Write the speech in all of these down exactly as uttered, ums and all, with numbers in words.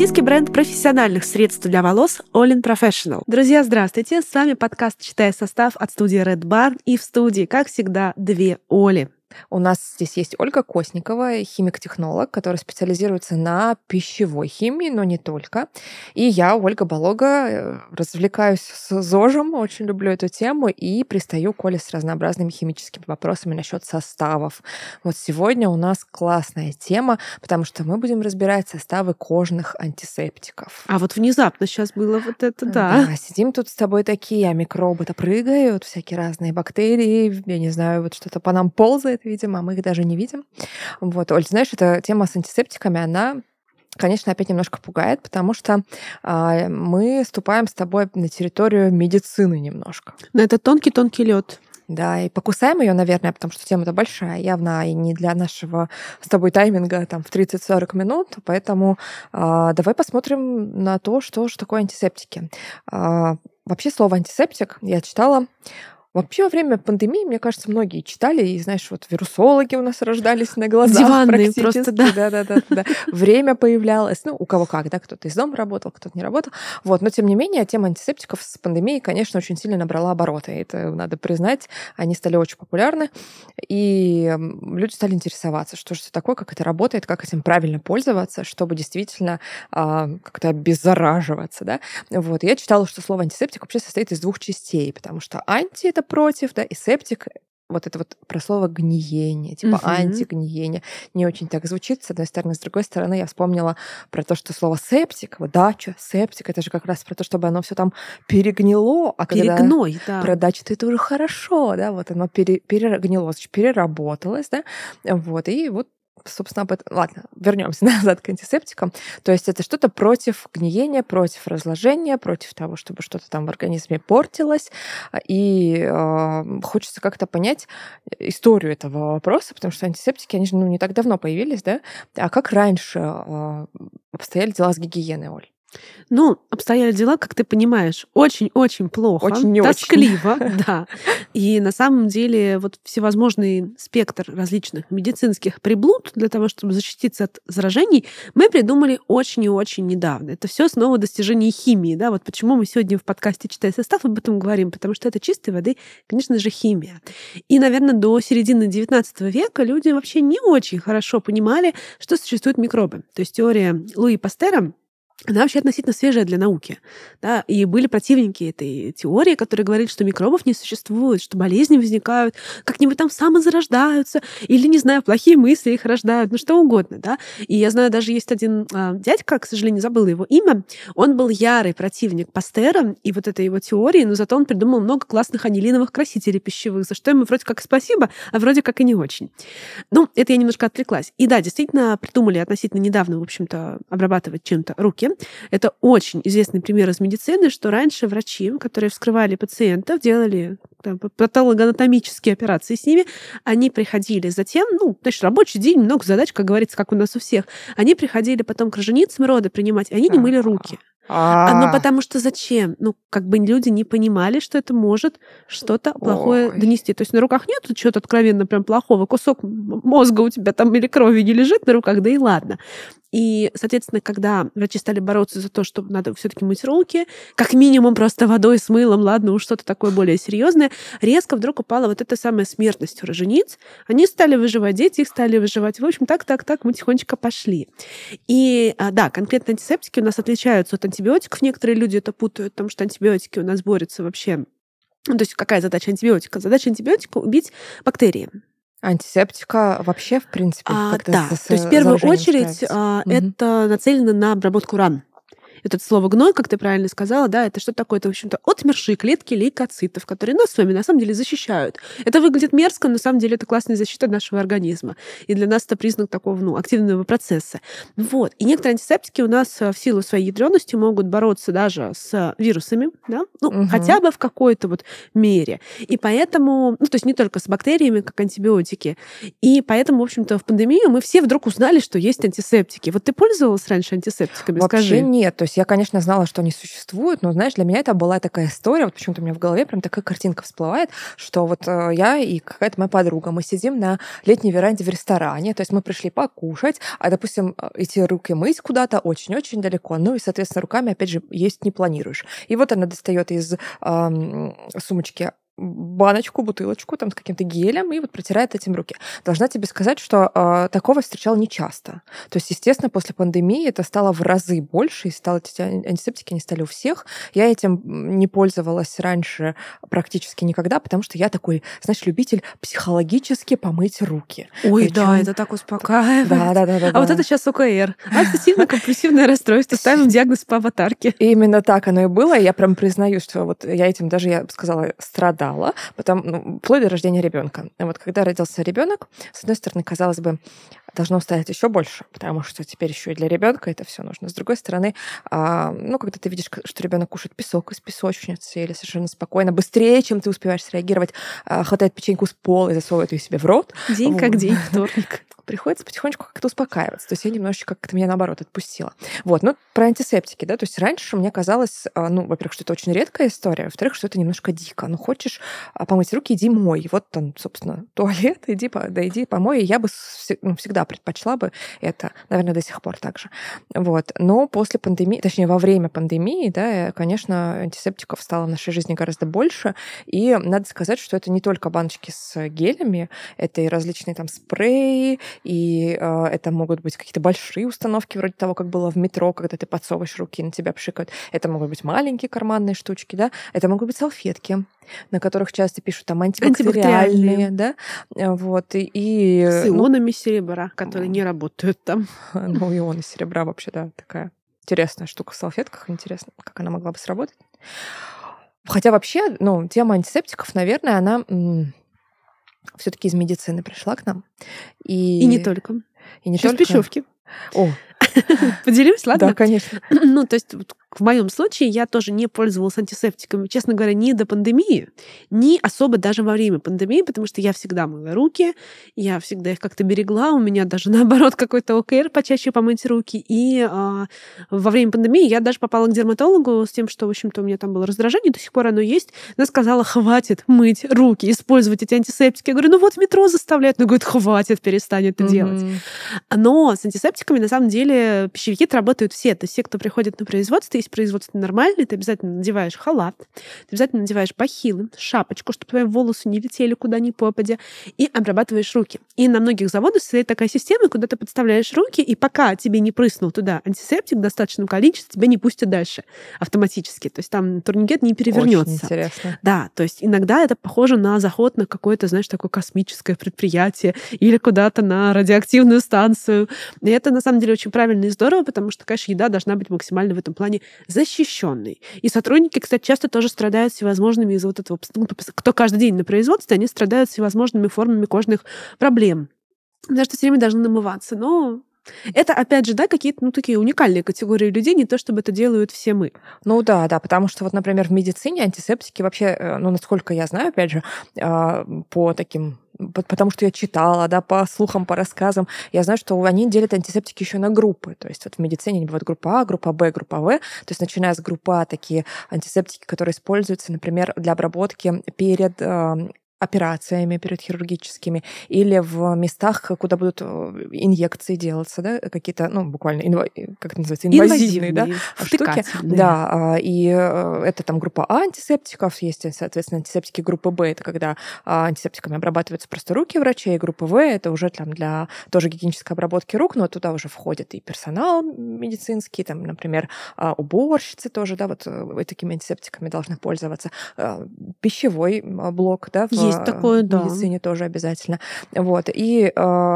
Российский бренд профессиональных средств для волос All in Professional. Друзья, здравствуйте! С вами подкаст «Читай состав» от студии Red Barn. И в студии, как всегда, две Оли. У нас здесь есть Ольга Косникова, химик-технолог, которая специализируется на пищевой химии, но не только. И я, Ольга Болога, развлекаюсь с ЗОЖем, очень люблю эту тему и пристаю к Оле с разнообразными химическими вопросами насчет составов. Вот сегодня у нас классная тема, потому что мы будем разбирать составы кожных антисептиков. А вот внезапно сейчас было вот это, да. Да, сидим тут с тобой такие, а микробы-то прыгают, всякие разные бактерии, я не знаю, вот что-то по нам ползает, видимо, а мы их даже не видим. Вот, Оль, знаешь, эта тема с антисептиками, она, конечно, опять немножко пугает, потому что а, мы ступаем с тобой на территорию медицины немножко. Но это тонкий-тонкий лед. Да, и покусаем ее, наверное, потому что тема-то большая, явно и не для нашего с тобой тайминга там в тридцать-сорок минут, поэтому а, давай посмотрим на то, что же такое антисептики. А, вообще слово антисептик я читала. Вообще, во время пандемии, мне кажется, многие читали, и, знаешь, вот вирусологи у нас рождались на глазах. Диванные практически. просто, да. Да-да-да. да. Время появлялось. Ну, у кого как, да, кто-то из дома работал, кто-то не работал. Вот. Но, тем не менее, тема антисептиков с пандемией, конечно, очень сильно набрала обороты. Это надо признать. Они стали очень популярны. И люди стали интересоваться, что же это такое, как это работает, как этим правильно пользоваться, чтобы действительно а, как-то обеззараживаться, да. Вот. Я читала, что слово антисептик вообще состоит из двух частей, потому что анти — это против, да, и септик — вот это вот про слово гниение, типа Мгм. антигниение. Не очень так звучит, с одной стороны. С другой стороны, я вспомнила про то, что слово септик, вот дача, септик — это же как раз про то, чтобы оно все там перегнило, а когда Перегной, да. про дачу, то это уже хорошо, да, вот оно пере, перегнило, значит, переработалось, да, вот, и вот собственно, об этом. Ладно, вернемся назад к антисептикам. То есть это что-то против гниения, против разложения, против того, чтобы что-то там в организме портилось. И э, хочется как-то понять историю этого вопроса, потому что антисептики, они же ну, не так давно появились, да? А как раньше э, обстояли дела с гигиеной, Оль? Ну, обстояли дела, как ты понимаешь, очень-очень плохо, Очень не тоскливо, да. И на самом деле вот всевозможный спектр различных медицинских приблуд для того, чтобы защититься от заражений, мы придумали очень и очень недавно. Это все снова достижение химии, да. Вот почему мы сегодня в подкасте «Читай состав» об этом говорим, потому что это чистой воды, конечно же, химия. И, наверное, до середины девятнадцатого века люди вообще не очень хорошо понимали, что существуют микробы. То есть теория Луи Пастера, она вообще относительно свежая для науки. Да? И были противники этой теории, которые говорили, что микробов не существует, что болезни возникают, как-нибудь там самозарождаются, или, не знаю, плохие мысли их рождают, ну что угодно. Да? И я знаю, даже есть один а, дядька, к сожалению, забыла его имя, он был ярый противник Пастера и вот этой его теории, но зато он придумал много классных анилиновых красителей пищевых, за что ему вроде как спасибо, а вроде как и не очень. Ну, это я немножко отвлеклась. И да, действительно, придумали относительно недавно, в общем-то, обрабатывать чем-то руки. Это очень известный пример из медицины, что раньше врачи, которые вскрывали пациентов, делали там, патологоанатомические операции с ними, они приходили затем, ну, значит, рабочий день, много задач, как говорится, как у нас у всех, они приходили потом к роженицам рода принимать, и они не мыли руки. А, ну, потому что зачем? Ну, как бы люди не понимали, что это может что-то плохое Ой. донести. То есть на руках нет чего-то откровенно прям плохого, кусок мозга у тебя там или крови не лежит на руках, да и ладно. И, соответственно, когда врачи стали бороться за то, что надо все-таки мыть руки, как минимум просто водой с мылом, ладно, уж что-то такое более серьезное, резко вдруг упала вот эта самая смертность у рожениц. Они стали выживать, дети их стали выживать. В общем, так, так, так, мы тихонечко пошли. И да, конкретно антисептики у нас отличаются от антибиотиков. Некоторые люди это путают, потому что антибиотики у нас борются вообще. Ну, то есть какая задача антибиотика? Задача антибиотика — убить бактерии. Антисептика вообще, в принципе, А, как-то да, с, то есть в первую очередь справиться. а, Мгм. это нацелено на обработку ран. Это слово «гной», как ты правильно сказала, да, это что такое? Это, в общем-то, отмершие клетки лейкоцитов, которые нас с вами на самом деле защищают. Это выглядит мерзко, но на самом деле это классная защита нашего организма. И для нас это признак такого, ну, активного процесса. Вот. И некоторые антисептики у нас в силу своей ядрёности могут бороться даже с вирусами, да, ну, Мгм. хотя бы в какой-то вот мере. И поэтому, ну, то есть не только с бактериями, как антибиотики. И поэтому, в общем-то, в пандемию мы все вдруг узнали, что есть антисептики. Вот ты пользовалась раньше антисептиками? Вообще Скажи. нет. То есть есть я, конечно, знала, что они существуют, но, знаешь, для меня это была такая история, вот почему-то у меня в голове прям такая картинка всплывает, что вот э, я и какая-то моя подруга, мы сидим на летней веранде в ресторане, то есть мы пришли покушать, а, допустим, идти руки мыть куда-то очень-очень далеко, ну и, соответственно, руками, опять же, есть не планируешь. И вот она достает из э, сумочки баночку, бутылочку там с каким-то гелем и вот протирает этим руки. Должна тебе сказать, что э, такого встречала нечасто. То есть, естественно, после пандемии это стало в разы больше, и стало, эти антисептики не стали у всех. Я этим не пользовалась раньше практически никогда, потому что я такой, знаешь, любитель психологически помыть руки. Ой, Причём... да, это так успокаивает. Да, да, да, да. А да. вот это сейчас ОКР. Обсессивно-компульсивное расстройство. Ставим диагноз по аватарке. Именно так оно и было. Я прям признаю, что вот я этим даже, я бы сказала, страдала. Потом, ну, вплоть до рождения ребенка. Вот когда родился ребенок, с одной стороны, казалось бы, должно стать еще больше, потому что теперь еще и для ребенка это все нужно. С другой стороны, а, ну, когда ты видишь, что ребенок кушает песок из песочницы или совершенно спокойно, быстрее, чем ты успеваешь среагировать, а, хватает печеньку с пола и засовывает ее себе в рот. День вот. как день, вторник. Приходится потихонечку как-то успокаиваться. То есть я немножечко как-то меня, наоборот, отпустила. Вот. Ну, про антисептики, да, то есть раньше мне казалось, ну, во-первых, что это очень редкая история, во-вторых, что это немножко дико. Ну, хочешь помыть руки, иди мой. Вот там, собственно, туалет, иди, да иди помой. И я бы ну, всегда предпочла бы это, наверное, до сих пор так же. Вот. Но после пандемии, точнее, во время пандемии, да, конечно, антисептиков стало в нашей жизни гораздо больше. И надо сказать, что это не только баночки с гелями, это и различные там спреи, и э, это могут быть какие-то большие установки, вроде того, как было в метро, когда ты подсовываешь руки, на тебя пшикают. Это могут быть маленькие карманные штучки, да. Это могут быть салфетки, на которых часто пишут там антибактериальные, да. Вот, и, и, с ионами ну, серебра, которые не работают там. Ну, ионы серебра вообще, да, такая интересная штука в салфетках. Интересно, как она могла бы сработать. Хотя вообще, ну, тема антисептиков, наверное, она... все-таки из медицины пришла к нам. И, и не только. И не Сейчас только. пищевки. О. Поделюсь, ладно? Да, конечно. Ну, то есть в моем случае я тоже не пользовалась антисептиками, честно говоря, ни до пандемии, ни особо даже во время пандемии, потому что я всегда мыла руки, я всегда их как-то берегла, у меня даже наоборот какой-то ОКР почаще помыть руки. И а, во время пандемии я даже попала к дерматологу с тем, что, в общем-то, у меня там было раздражение, до сих пор оно есть. Она сказала, хватит мыть руки, использовать эти антисептики. Я говорю, ну вот в метро заставляют. Она говорит, хватит, перестань это mm-hmm. делать. Но с антисептиками, на самом деле, пищевики работают все. То есть все, кто приходит на производство, есть производство нормальное, ты обязательно надеваешь халат, ты обязательно надеваешь бахилы, шапочку, чтобы твои волосы не летели куда ни попадя, и обрабатываешь руки. И на многих заводах стоит такая система, куда ты подставляешь руки, и пока тебе не прыснул туда антисептик в достаточном количестве, тебя не пустят дальше автоматически. То есть там турникет не перевернется. Очень интересно. Да, то есть иногда это похоже на заход на какое-то, знаешь, такое космическое предприятие или куда-то на радиоактивную станцию. И это, на самом деле, очень правильно и здорово, потому что, конечно, еда должна быть максимально в этом плане защищенной. И сотрудники, кстати, часто тоже страдают всевозможными из-за вот этого... Кто каждый день на производстве, они страдают всевозможными формами кожных проблем. Потому что все время должны намываться. Но это, опять же, да, какие-то, ну, такие уникальные категории людей, не то чтобы это делают все мы. Ну да, да, потому что вот, например, в медицине антисептики вообще, ну, насколько я знаю, опять же, по таким... Потому что я читала, да, по слухам, по рассказам, я знаю, что они делят антисептики еще на группы. То есть вот в медицине бывает группа А, группа Б, группа В. То есть начиная с группы А, такие антисептики, которые используются, например, для обработки перед операциями, перед хирургическими, или в местах, куда будут инъекции делаться, да, какие-то, ну, буквально, инва... как это называется, инвазивные, да, штуки. Да, и это там группа А антисептиков, есть, соответственно, антисептики группы Б, это когда антисептиками обрабатываются просто руки врачей, и группа В, это уже там для тоже гигиенической обработки рук, но туда уже входит и персонал медицинский, там, например, уборщицы тоже, да, вот такими антисептиками должны пользоваться, пищевой блок, да, в Есть такое, в да. медицине тоже обязательно. Вот. И,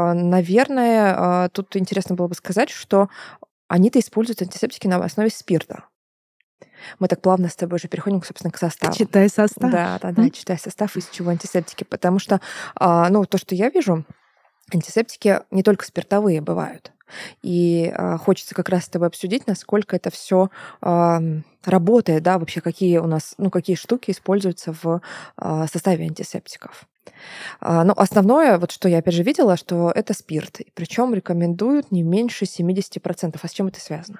наверное, тут интересно было бы сказать, что они-то используют антисептики на основе спирта. Мы так плавно с тобой уже переходим, собственно, к составу. Читай состав. Да, да, да, читай состав, из чего антисептики. Потому что, ну, то, что я вижу, антисептики не только спиртовые бывают. И э, хочется как раз с тобой обсудить, насколько это все э, работает, да, вообще какие у нас, ну, какие штуки используются в э, составе антисептиков. Э, ну, основное, вот что я опять же видела, что это спирт. Причем рекомендуют не меньше семьдесят процентов. А с чем это связано?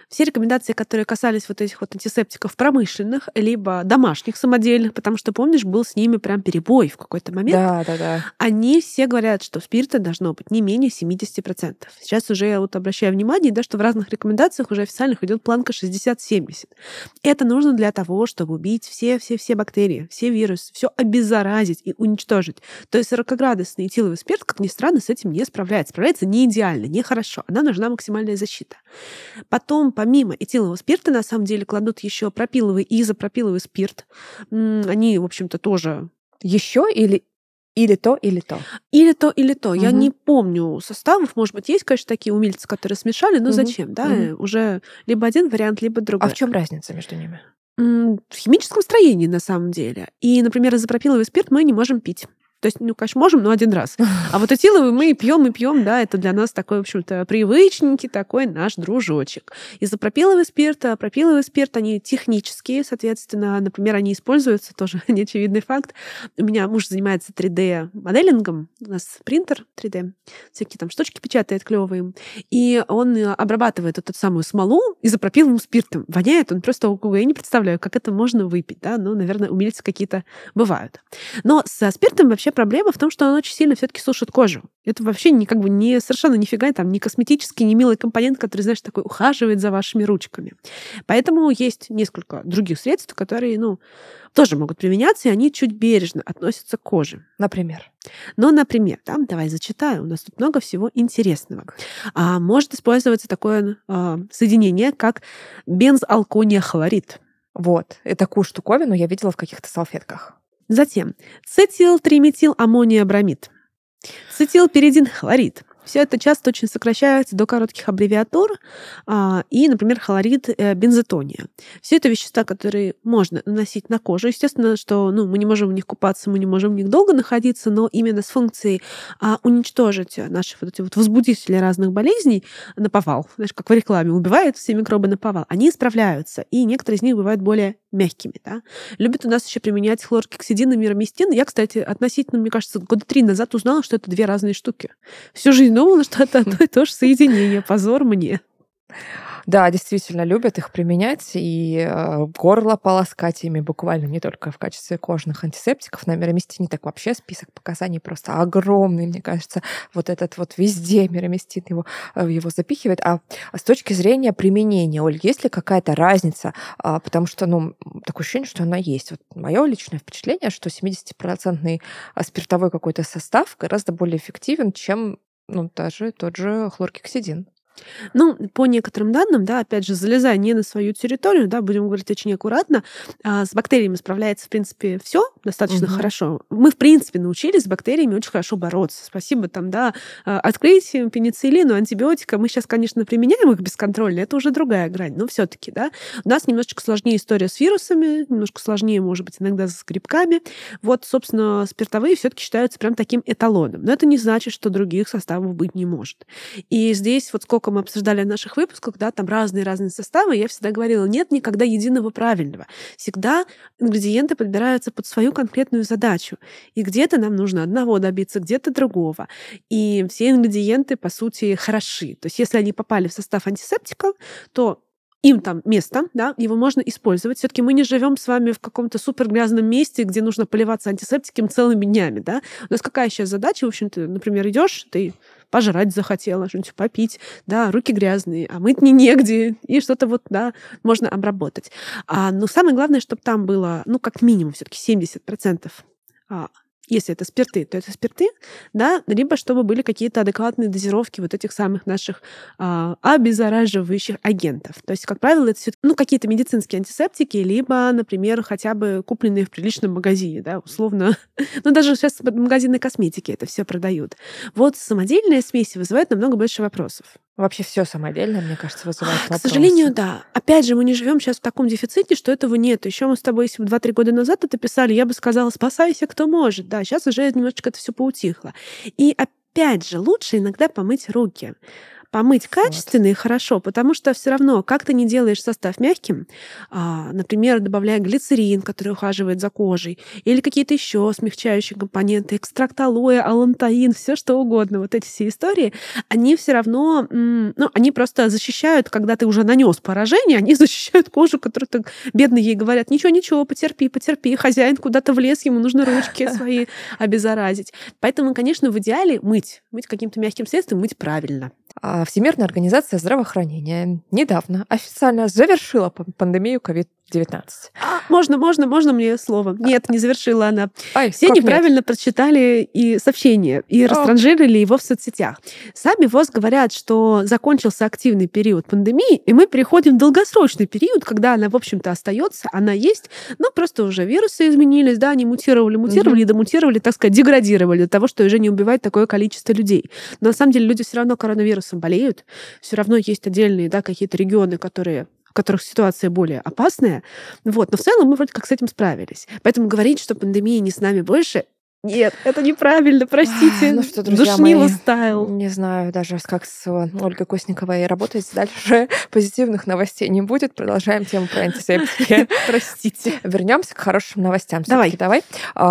все рекомендации, которые касались вот этих вот антисептиков промышленных, либо домашних самодельных, потому что, помнишь, был с ними прям перебой в какой-то момент. Да, да, да. Они все говорят, что спирта должно быть не менее семьдесят процентов. Сейчас уже я вот обращаю внимание, да, что в разных рекомендациях уже официальных идет планка шестьдесят-семьдесят. Это нужно для того, чтобы убить все-все-все бактерии, все вирусы, все обеззаразить и уничтожить. То есть сорокаградусный этиловый спирт, как ни странно, с этим не справляется. Справляется не идеально, не хорошо. Она нужна максимальная защита. Потом, помимо этилового спирта, на самом деле кладут еще пропиловый и изопропиловый спирт. Они, в общем-то, тоже... Еще или Или то, или то. Или то, или то. Угу. Я не помню составов. Может быть, есть, конечно, такие умельцы, которые смешали, но угу. зачем? Да? Угу. Уже либо один вариант, либо другой. А в чем разница между ними? В химическом строении, на самом деле. И, например, изопропиловый спирт мы не можем пить. То есть, ну, конечно, можем, но один раз. А вот этиловый мы пьем и пьем, да, это для нас такой, в общем-то, привычненький такой наш дружочек. Изопропиловый спирт, пропиловый спирт, они технические, соответственно, например, они используются, тоже неочевидный факт. У меня муж занимается три дэ-моделингом, у нас принтер три дэ, всякие там штучки печатает клевые, и он обрабатывает эту самую смолу изопропиловым спиртом. Воняет он просто, я не представляю, как это можно выпить, да, ну, наверное, умельцы какие-то бывают. Но со спиртом вообще проблема в том, что он очень сильно все-таки сушит кожу. Это вообще не, как бы, не совершенно нифига там, не косметический, не милый компонент, который, знаешь, такой ухаживает за вашими ручками. Поэтому есть несколько других средств, которые, ну, тоже могут применяться, и они чуть бережно относятся к коже. Например? Ну, например, там, давай зачитаю, у нас тут много всего интересного. А, может использоваться такое а, соединение, как бензоалкония хлорид. Вот, и такую штуковину я видела в каких-то салфетках. Затем цетилтриметиламмониабромид, цетилпиридин хлорид. Все это часто очень сокращается до коротких аббревиатур, а, и, например, хлорид э, бензотония. Все это вещества, которые можно наносить на кожу. Естественно, что ну, мы не можем в них купаться, мы не можем в них долго находиться, но именно с функцией а, уничтожить наши вот эти вот возбудители разных болезней наповал, знаешь, как в рекламе, убивает все микробы наповал, они справляются, и некоторые из них бывают более мягкими. Да? Любят у нас еще применять хлоргексидин и мироместин. Я, кстати, относительно, мне кажется, года три назад узнала, что это две разные штуки. Всю жизнь думала, что это одно и то же соединение. Позор мне. Да, действительно, любят их применять и э, горло полоскать ими буквально, не только в качестве кожных антисептиков. На мироместине так вообще список показаний просто огромный, мне кажется. Вот этот вот везде мироместин его, его запихивает. А с точки зрения применения, Оль, есть ли какая-то разница? А, потому что, ну, такое ощущение, что она есть. Вот мое личное впечатление, что семидесятипроцентный спиртовой какой-то состав гораздо более эффективен, чем ну, даже тот же хлоргексидин. Ну, по некоторым данным, да, опять же, залезая не на свою территорию, да, будем говорить очень аккуратно, а, с бактериями справляется, в принципе, все достаточно угу. хорошо. Мы, в принципе, научились с бактериями очень хорошо бороться. Спасибо там, да, открытию, пенициллину, антибиотика. Мы сейчас, конечно, применяем их бесконтрольно, это уже другая грань, но все таки да. У нас немножечко сложнее история с вирусами, немножко сложнее, может быть, иногда с грибками. Вот, собственно, спиртовые все таки считаются прям таким эталоном. Но это не значит, что других составов быть не может. И здесь вот сколько мы обсуждали в наших выпусках, да, там разные-разные составы, я всегда говорила, нет никогда единого правильного. Всегда ингредиенты подбираются под свою конкретную задачу. И где-то нам нужно одного добиться, где-то другого. И все ингредиенты, по сути, хороши. То есть если они попали в состав антисептика, то им там место, да, его можно использовать. Все-таки мы не живем с вами в каком-то супер грязном месте, где нужно поливаться антисептиком целыми днями, да. У нас какая сейчас задача? В общем-то, например, идешь, ты пожрать захотела, что-нибудь попить, да, руки грязные, а мыть не негде, и что-то вот, да, можно обработать. А, но самое главное, чтобы там было, ну, как минимум, все-таки семьдесят процентов а, если это спирты, то это спирты, да, либо чтобы были какие-то адекватные дозировки вот этих самых наших а, обеззараживающих агентов. То есть, как правило, это ну, какие-то медицинские антисептики, либо, например, хотя бы купленные в приличном магазине, да, условно. Ну, даже сейчас магазины косметики это все продают. Вот самодельные смеси вызывают намного больше вопросов. Вообще все самодельное, мне кажется, вызывает вопросы. К сожалению, да. Опять же, мы не живем сейчас в таком дефиците, что этого нет. Еще мы с тобой, если бы два-три года назад это писали, я бы сказала, спасайся, кто может. Да, сейчас уже немножечко это все поутихло. И опять же, лучше иногда помыть руки. помыть качественно вот. И хорошо, потому что все равно, как ты не делаешь состав мягким, а, например, добавляя глицерин, который ухаживает за кожей, или какие-то еще смягчающие компоненты, экстракт алоэ, алантаин, все что угодно, вот эти все истории, они все равно, ну, они просто защищают, когда ты уже нанес поражение, они защищают кожу, которую так бедно ей говорят: ничего, ничего, потерпи, потерпи, хозяин куда-то влез, ему нужно ручки свои обеззаразить. Поэтому, конечно, в идеале мыть, мыть каким-то мягким средством, мыть правильно. Всемирная организация здравоохранения недавно официально завершила пандемию ковид девятнадцать. А, можно, можно, можно мне слово? Нет, не завершила она. Ай, Все неправильно нет? прочитали и сообщение, и растранжирили его в соцсетях. Сами ВОЗ говорят, что закончился активный период пандемии, и мы переходим в долгосрочный период, когда она, в общем-то, остается, она есть, но просто уже вирусы изменились, да, они мутировали, мутировали, mm-hmm. домутировали, так сказать, деградировали до того, что уже не убивает такое количество людей. Но на самом деле люди все равно коронавирусом болеют, все равно есть отдельные, да, какие-то регионы, которые в которых ситуация более опасная. Вот. Но в целом мы вроде как с этим справились. Поэтому говорить, что пандемия не с нами больше, нет, это неправильно, простите. Ну что, друзья Душнило мои, стайл. Не знаю даже, как с Ольгой Косниковой работать. Дальше позитивных новостей не будет. Продолжаем тему про антисептики. Простите. Вернемся к хорошим новостям. Давай. Давай.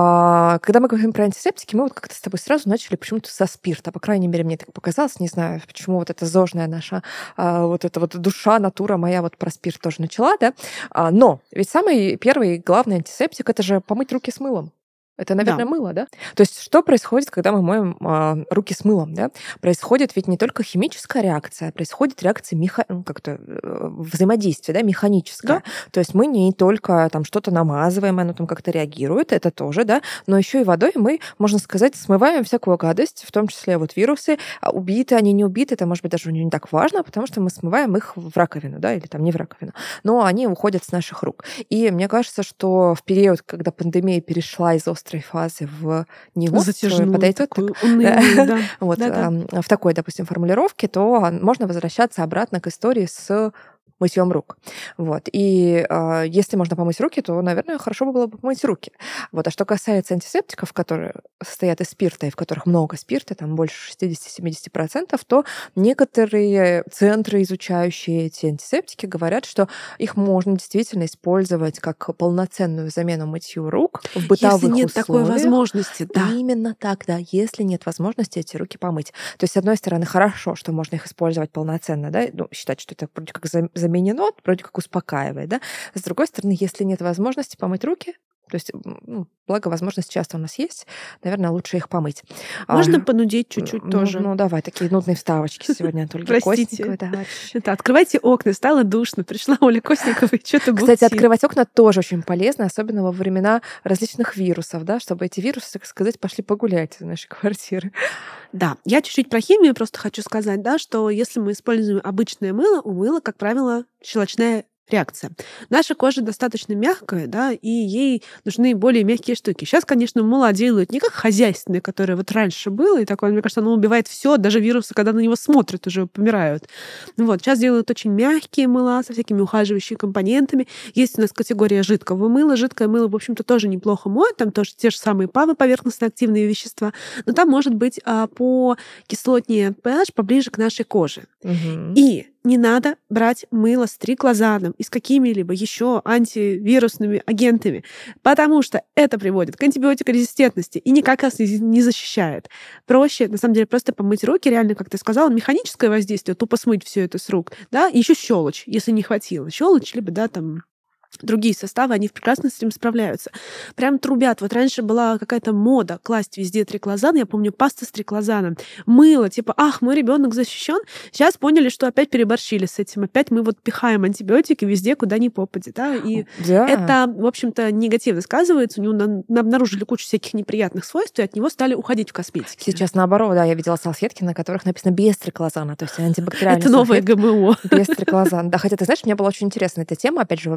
А, когда мы говорим про антисептики, мы вот как-то с тобой сразу начали почему-то со спирта. По крайней мере, мне так показалось. Не знаю, почему вот эта зожная наша, а, вот эта вот душа, натура моя вот про спирт тоже начала, да. А, но ведь самый первый главный антисептик — это же помыть руки с мылом. Это, наверное, да. мыло, да? То есть что происходит, когда мы моем э, руки с мылом, да? Происходит ведь не только химическая реакция, происходит реакция меха... как-то э, взаимодействия, да, механическая. Да. То есть мы не только там что-то намазываем, оно там как-то реагирует, это тоже, да, но еще и водой мы, можно сказать, смываем всякую гадость, в том числе вот вирусы, убиты они, не убиты, это, может быть, даже не так важно, потому что мы смываем их в раковину, да, или там не в раковину, но они уходят с наших рук. И мне кажется, что в период, когда пандемия перешла из острой фазы в неострую, подойдет так, унылую, да. вот, да, да. в такой, допустим, формулировке, то можно возвращаться обратно к истории с мытьем рук. Вот. И э, если можно помыть руки, то, наверное, хорошо бы было бы помыть руки. Вот. А что касается антисептиков, которые состоят из спирта, и в которых много спирта, там больше шестьдесят-семьдесят процентов, то некоторые центры, изучающие эти антисептики, говорят, что их можно действительно использовать как полноценную замену мытью рук в бытовых условиях. Если нет условиях. такой возможности, да. Именно так, да. Если нет возможности эти руки помыть. То есть, с одной стороны, хорошо, что можно их использовать полноценно, да, ну, считать, что это вроде как заменено, вроде как успокаивает, да. С другой стороны, если нет возможности помыть руки, то есть, ну, благо, возможность часто у нас есть, наверное, лучше их помыть. Можно а, понудить чуть-чуть ну, тоже. Ну, давай, такие нудные вставочки сегодня от Ольги Косниковой. Это открывайте окна, стало душно, пришла Оля Косникова и что-то бухтит. Кстати, открывать окна тоже очень полезно, особенно во времена различных вирусов, да, чтобы эти вирусы, так сказать, пошли погулять из нашей квартиры. Да, я чуть-чуть про химию просто хочу сказать, да, что если мы используем обычное мыло, у мыла, как правило, щелочная реакция. Наша кожа достаточно мягкая, да, и ей нужны более мягкие штуки. Сейчас, конечно, мыла делают не как хозяйственные, которые вот раньше было, и такое, мне кажется, оно убивает все, даже вирусы, когда на него смотрят, уже помирают. Вот, сейчас делают очень мягкие мыла со всякими ухаживающими компонентами. Есть у нас категория жидкого мыла. Жидкое мыло, в общем-то, тоже неплохо моет, там тоже те же самые ПАВы, поверхностно-активные вещества, но там может быть а, по кислотнее pH поближе к нашей коже. Угу. И не надо брать мыло с триклозаном и с какими-либо еще антивирусными агентами, потому что это приводит к антибиотикорезистентности и никак нас не защищает. Проще, на самом деле, просто помыть руки, реально, как ты сказала, механическое воздействие, тупо смыть все это с рук, да, и еще щелочь, если не хватило. Щелочь, либо, да, там, другие составы, они прекрасно с этим справляются. Прям трубят. Вот раньше была какая-то мода класть везде триклозан. Я помню, паста с триклозаном. Мыло, типа, ах, мой ребенок защищен. Сейчас поняли, что опять переборщили с этим. Опять мы вот пихаем антибиотики везде, куда ни попадет. Да? И да. это, в общем-то, негативно сказывается. У него на- на- обнаружили кучу всяких неприятных свойств, и от него стали уходить в косметике. Сейчас наоборот, да, я видела салфетки, на которых написано без триклозана, то есть антибактериальные Это новое ГМО. Без триклозана. Да, хотя, ты знаешь, мне была очень интересна эта тема, опять же, во время пандемии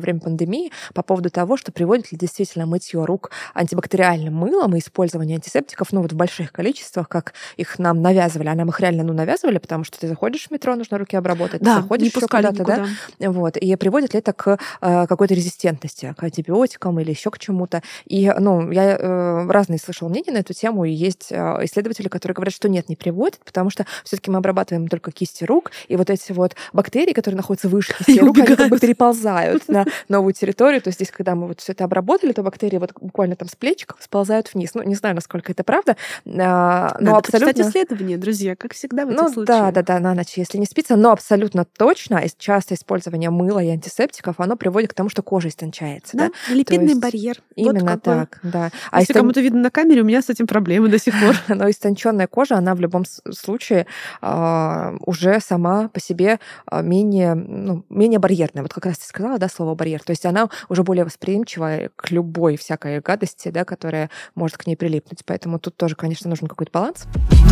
пандемии по поводу того, что приводит ли действительно мытье рук антибактериальным мылом и использование антисептиков, ну вот в больших количествах, как их нам навязывали, а нам их реально ну, навязывали, потому что ты заходишь в метро, нужно руки обработать, да, ты заходишь не пускали куда-то, никуда. Да? Вот. И приводит ли это к э, какой-то резистентности, к антибиотикам или еще к чему-то. И ну, я э, разные слышала мнения на эту тему, и есть э, исследователи, которые говорят, что нет, не приводит, потому что все-таки мы обрабатываем только кисти рук, и вот эти вот бактерии, которые находятся выше кисти рук, они как бы переползают на новую территорию. То есть здесь, когда мы вот все это обработали, то бактерии вот буквально там с плечиков сползают вниз. Ну, не знаю, насколько это правда, но Надо абсолютно... почитать исследования, друзья, как всегда в этих ну, случаях. Да, да, да, на ночь, если не спится, но абсолютно точно частое использование мыла и антисептиков, оно приводит к тому, что кожа истончается. Да, да? липидный есть барьер. Именно вот какой. так, да. А Если истон... кому-то видно на камере, у меня с этим проблемы до сих пор. Но истонченная кожа, она в любом случае э, уже сама по себе менее, ну, менее барьерная. Вот как раз ты сказала, да, слово барьер. То есть она уже более восприимчива к любой всякой гадости, да, которая может к ней прилипнуть. Поэтому тут тоже, конечно, нужен какой-то баланс.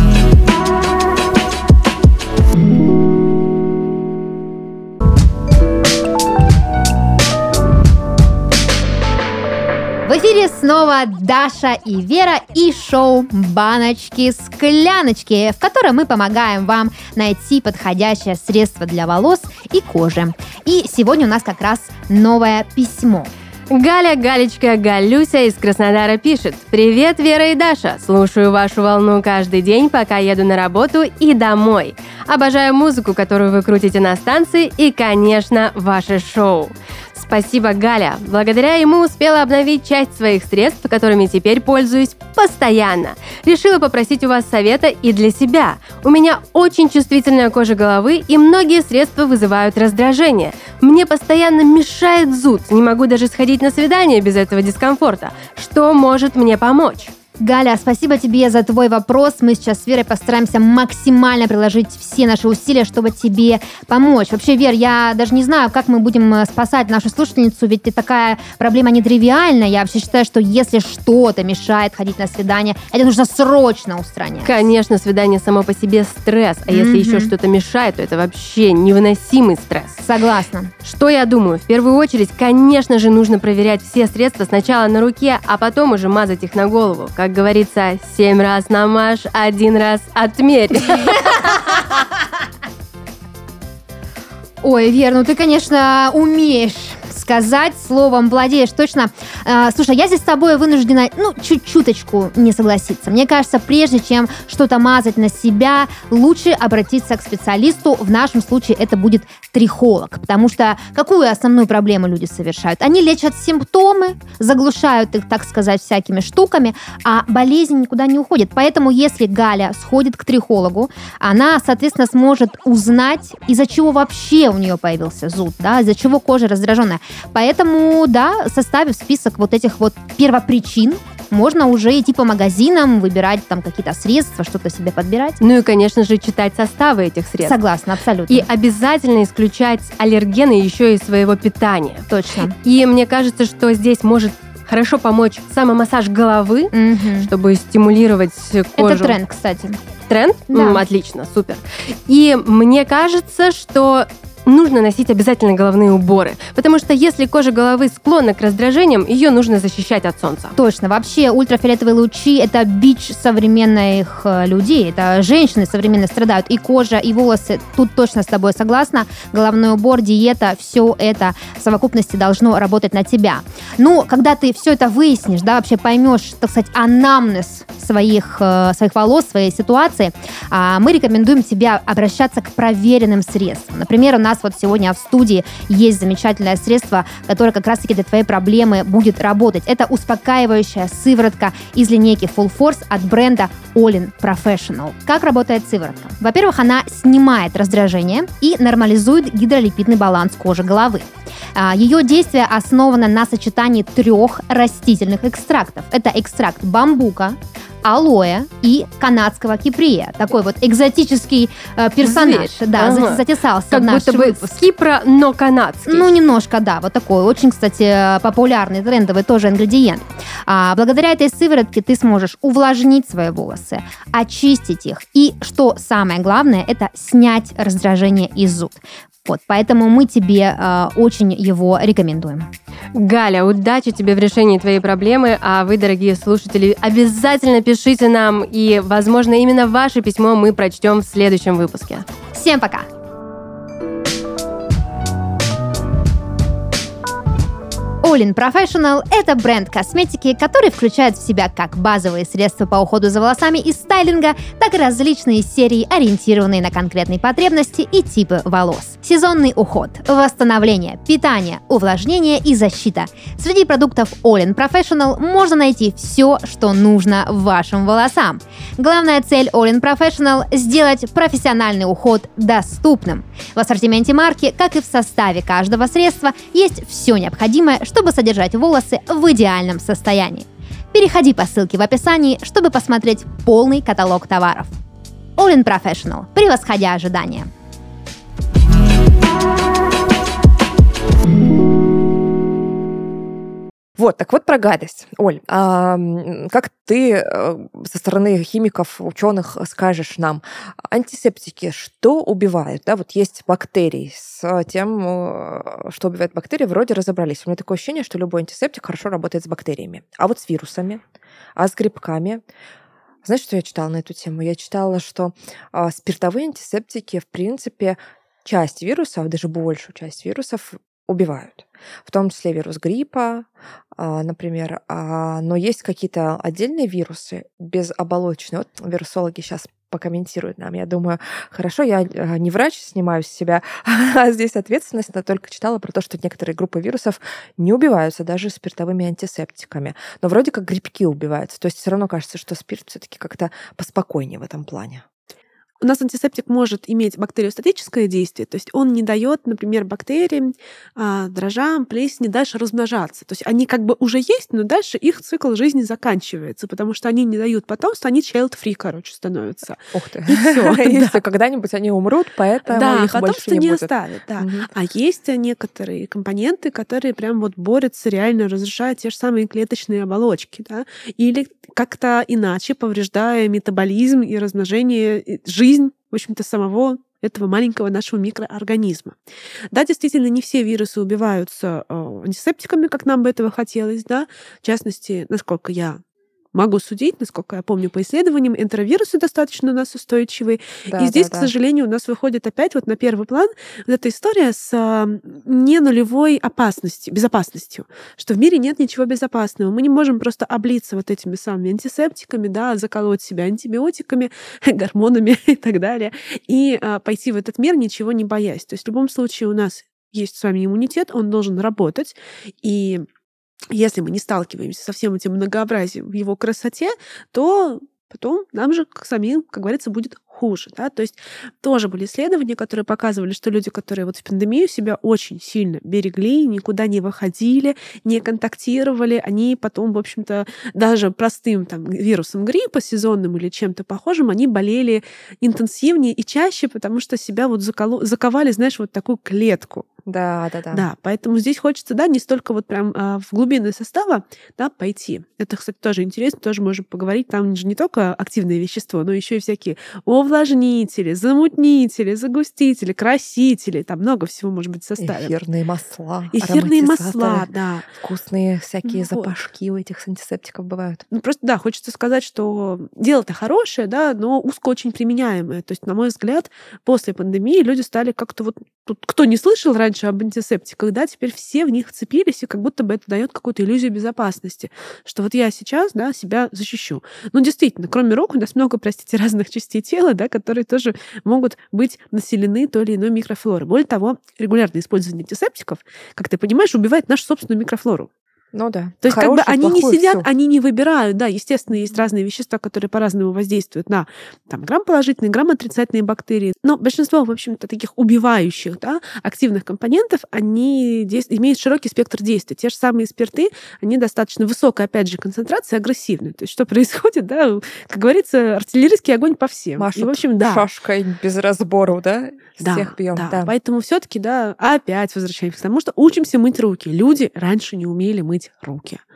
В эфире снова Даша и Вера и шоу «Баночки-скляночки», в котором мы помогаем вам найти подходящее средство для волос и кожи. И сегодня у нас как раз новое письмо. Галя, Галечка, Галюся из Краснодара пишет: «Привет, Вера и Даша! Слушаю вашу волну каждый день, пока еду на работу и домой. Обожаю музыку, которую вы крутите на станции, и, конечно, ваше шоу. Спасибо, Галя. Благодаря ему успела обновить часть своих средств, которыми теперь пользуюсь постоянно. Решила попросить у вас совета и для себя. У меня очень чувствительная кожа головы, и многие средства вызывают раздражение. Мне постоянно мешает зуд, не могу даже сходить на свидание без этого дискомфорта. Что может мне помочь?» Галя, спасибо тебе за твой вопрос. Мы сейчас с Верой постараемся максимально приложить все наши усилия, чтобы тебе помочь. Вообще, Вер, я даже не знаю, как мы будем спасать нашу слушательницу, ведь ты такая проблема нетривиальная. Я вообще считаю, что если что-то мешает ходить на свидание, это нужно срочно устранять. Конечно, свидание само по себе стресс, а если Mm-hmm. еще что-то мешает, то это вообще невыносимый стресс. Согласна. Что я думаю? В первую очередь, конечно же, нужно проверять все средства сначала на руке, а потом уже мазать их на голову. Как говорится, семь раз намажь, один раз отмерь. Ой, Вер, ну ты, конечно, умеешь сказать, словом владеешь точно. А, слушай, я здесь с тобой вынуждена, ну, чуть-чуточку не согласиться. Мне кажется, прежде чем что-то мазать на себя, лучше обратиться к специалисту. В нашем случае это будет трихолог. Потому что какую основную проблему люди совершают? Они лечат симптомы, заглушают их, так сказать, всякими штуками, а болезнь никуда не уходит. Поэтому, если Галя сходит к трихологу, она, соответственно, сможет узнать, из-за чего вообще у нее появился зуд, да, из-за чего кожа раздраженная. Поэтому, да, составив список вот этих вот первопричин, можно уже идти по магазинам, выбирать там какие-то средства, что-то себе подбирать. Ну и, конечно же, читать составы этих средств. Согласна, абсолютно. И обязательно исключать аллергены еще из своего питания. Точно. И мне кажется, что здесь может хорошо помочь самомассаж головы, Мгм. чтобы стимулировать кожу. Это тренд, кстати. Тренд? Да. М, отлично, супер. И мне кажется, что нужно носить обязательно головные уборы, потому что если кожа головы склонна к раздражениям, ее нужно защищать от солнца. Точно. Вообще ультрафиолетовые лучи – это бич современных э, людей. Это женщины современные страдают. И кожа, и волосы. Тут точно с тобой согласна. Головной убор, диета – все это в совокупности должно работать на тебя. Ну, когда ты все это выяснишь, да, вообще поймешь, так сказать, анамнез своих, э, своих волос, своей ситуации, э, мы рекомендуем тебе обращаться к проверенным средствам. Например, у нас вот сегодня в студии есть замечательное средство, которое как раз-таки для твоей проблемы будет работать. Это успокаивающая сыворотка из линейки Full Force от бренда All In Professional. Как работает сыворотка? Во-первых, она снимает раздражение и нормализует гидролипидный баланс кожи головы. Ее действие основано на сочетании трех растительных экстрактов. Это экстракт бамбука, алоэ и канадского киприя. Такой вот экзотический э, персонаж. Зверь. Да, Ага. затесался Как в наш будто бы выпуск. с Кипра, но канадский. Ну, немножко, да, вот такой. Очень, кстати, популярный, трендовый тоже ингредиент. А, благодаря этой сыворотке ты сможешь увлажнить свои волосы, очистить их и, что самое главное, это снять раздражение и зуд. Вот, поэтому мы тебе э, очень его рекомендуем. Галя, удачи тебе в решении твоей проблемы, а вы, дорогие слушатели, обязательно пишите нам, и, возможно, именно ваше письмо мы прочтем в следующем выпуске. Всем пока! All-in Professional – это бренд косметики, который включает в себя как базовые средства по уходу за волосами и стайлинга, так и различные серии, ориентированные на конкретные потребности и типы волос. Сезонный уход, восстановление, питание, увлажнение и защита. Среди продуктов All-in Professional можно найти все, что нужно вашим волосам. Главная цель All-in Professional – сделать профессиональный уход доступным. В ассортименте марки, как и в составе каждого средства, есть все необходимое, чтобы чтобы содержать волосы в идеальном состоянии. Переходи по ссылке в описании, чтобы посмотреть полный каталог товаров. All-in Professional, превосходя ожидания. Вот, так вот про гадость. Оль, а как ты со стороны химиков, ученых скажешь нам, антисептики что убивают? Да, вот есть бактерии. С тем, что убивает бактерии, вроде разобрались. У меня такое ощущение, что любой антисептик хорошо работает с бактериями. А вот с вирусами, а с грибками... Знаешь, что я читала на эту тему? Я читала, что спиртовые антисептики, в принципе, часть вирусов, даже большую часть вирусов убивают. В том числе вирус гриппа, например. Но есть какие-то отдельные вирусы безоболочные. Вот вирусологи сейчас покомментируют нам. Я думаю, хорошо, я не врач, снимаю с себя, а здесь ответственность. Я только читала про то, что некоторые группы вирусов не убиваются даже спиртовыми антисептиками. Но вроде как грибки убиваются. То есть все равно кажется, что спирт все-таки как-то поспокойнее в этом плане. У нас антисептик может иметь бактериостатическое действие, то есть он не дает, например, бактериям, дрожжам, плесени дальше размножаться. То есть они как бы уже есть, но дальше их цикл жизни заканчивается, потому что они не дают потомства, они child-free, короче, становятся. Ух ты. И все. Когда-нибудь они умрут, поэтому их больше не будет. Оставят, да. А есть некоторые компоненты, которые прям вот борются, реально разрушают те же самые клеточные оболочки, да, или как-то иначе повреждая метаболизм и размножение жизни, жизнь, в общем-то, самого этого маленького нашего микроорганизма. Да, действительно, не все вирусы убиваются антисептиками, как нам бы этого хотелось, да. В частности, насколько я могу судить, насколько я помню по исследованиям, энтеровирусы достаточно у нас устойчивые. Да, и здесь, да, к сожалению, у нас выходит опять вот на первый план вот эта история с не нулевой опасностью, безопасностью, что в мире нет ничего безопасного. Мы не можем просто облиться вот этими самыми антисептиками, да, заколоть себя антибиотиками, гормонами и так далее, и пойти в этот мир, ничего не боясь. То есть в любом случае у нас есть с вами иммунитет, он должен работать, и если мы не сталкиваемся со всем этим многообразием в его красоте, то потом нам же самим, как говорится, будет хуже. Да? То есть тоже были исследования, которые показывали, что люди, которые вот в пандемию себя очень сильно берегли, никуда не выходили, не контактировали, они потом, в общем-то, даже простым там, вирусом гриппа, сезонным или чем-то похожим, они болели интенсивнее и чаще, потому что себя вот заколо... заковали, знаешь, вот такую клетку. Да, да, да. Да, поэтому здесь хочется, да, не столько вот прям а, в глубины состава, да, пойти. Это, кстати, тоже интересно, тоже можем поговорить. Там же не только активное вещество, но еще и всякие увлажнители, замутнители, загустители, красители. Там много всего может быть в составе. Эфирные масла, Эфирные масла, да. Вкусные всякие вот. запашки у этих антисептиков бывают. Ну, просто, да, хочется сказать, что дело-то хорошее, да, но узко очень применяемое. То есть, на мой взгляд, после пандемии люди стали как-то вот... Тут, кто не слышал раньше об антисептиках, да, теперь все в них вцепились, и как будто бы это дает какую-то иллюзию безопасности, что вот я сейчас, да, себя защищу. Ну, действительно, кроме рук у нас много, простите, разных частей тела, да, которые тоже могут быть населены той или иной микрофлорой. Более того, регулярное использование антисептиков, как ты понимаешь, убивает нашу собственную микрофлору. Ну да. То есть Хороший, как бы они не плохой, сидят, всё. они не выбирают. Да, естественно, есть разные вещества, которые по-разному воздействуют на там, грамм-положительные, грамм-отрицательные бактерии. Но большинство, в общем-то, таких убивающих, да, активных компонентов, они действ... имеют широкий спектр действия. Те же самые спирты, они достаточно высокой, опять же, концентрации, агрессивные. То есть что происходит, да, как говорится, артиллерийский огонь по всем. Машут И, в общем, да. шашкой без разбору, да? Да, Всех бьем. да. Да. Поэтому все-таки, да, опять возвращаемся к тому, что учимся мыть руки. Люди раньше не умели мыть руки.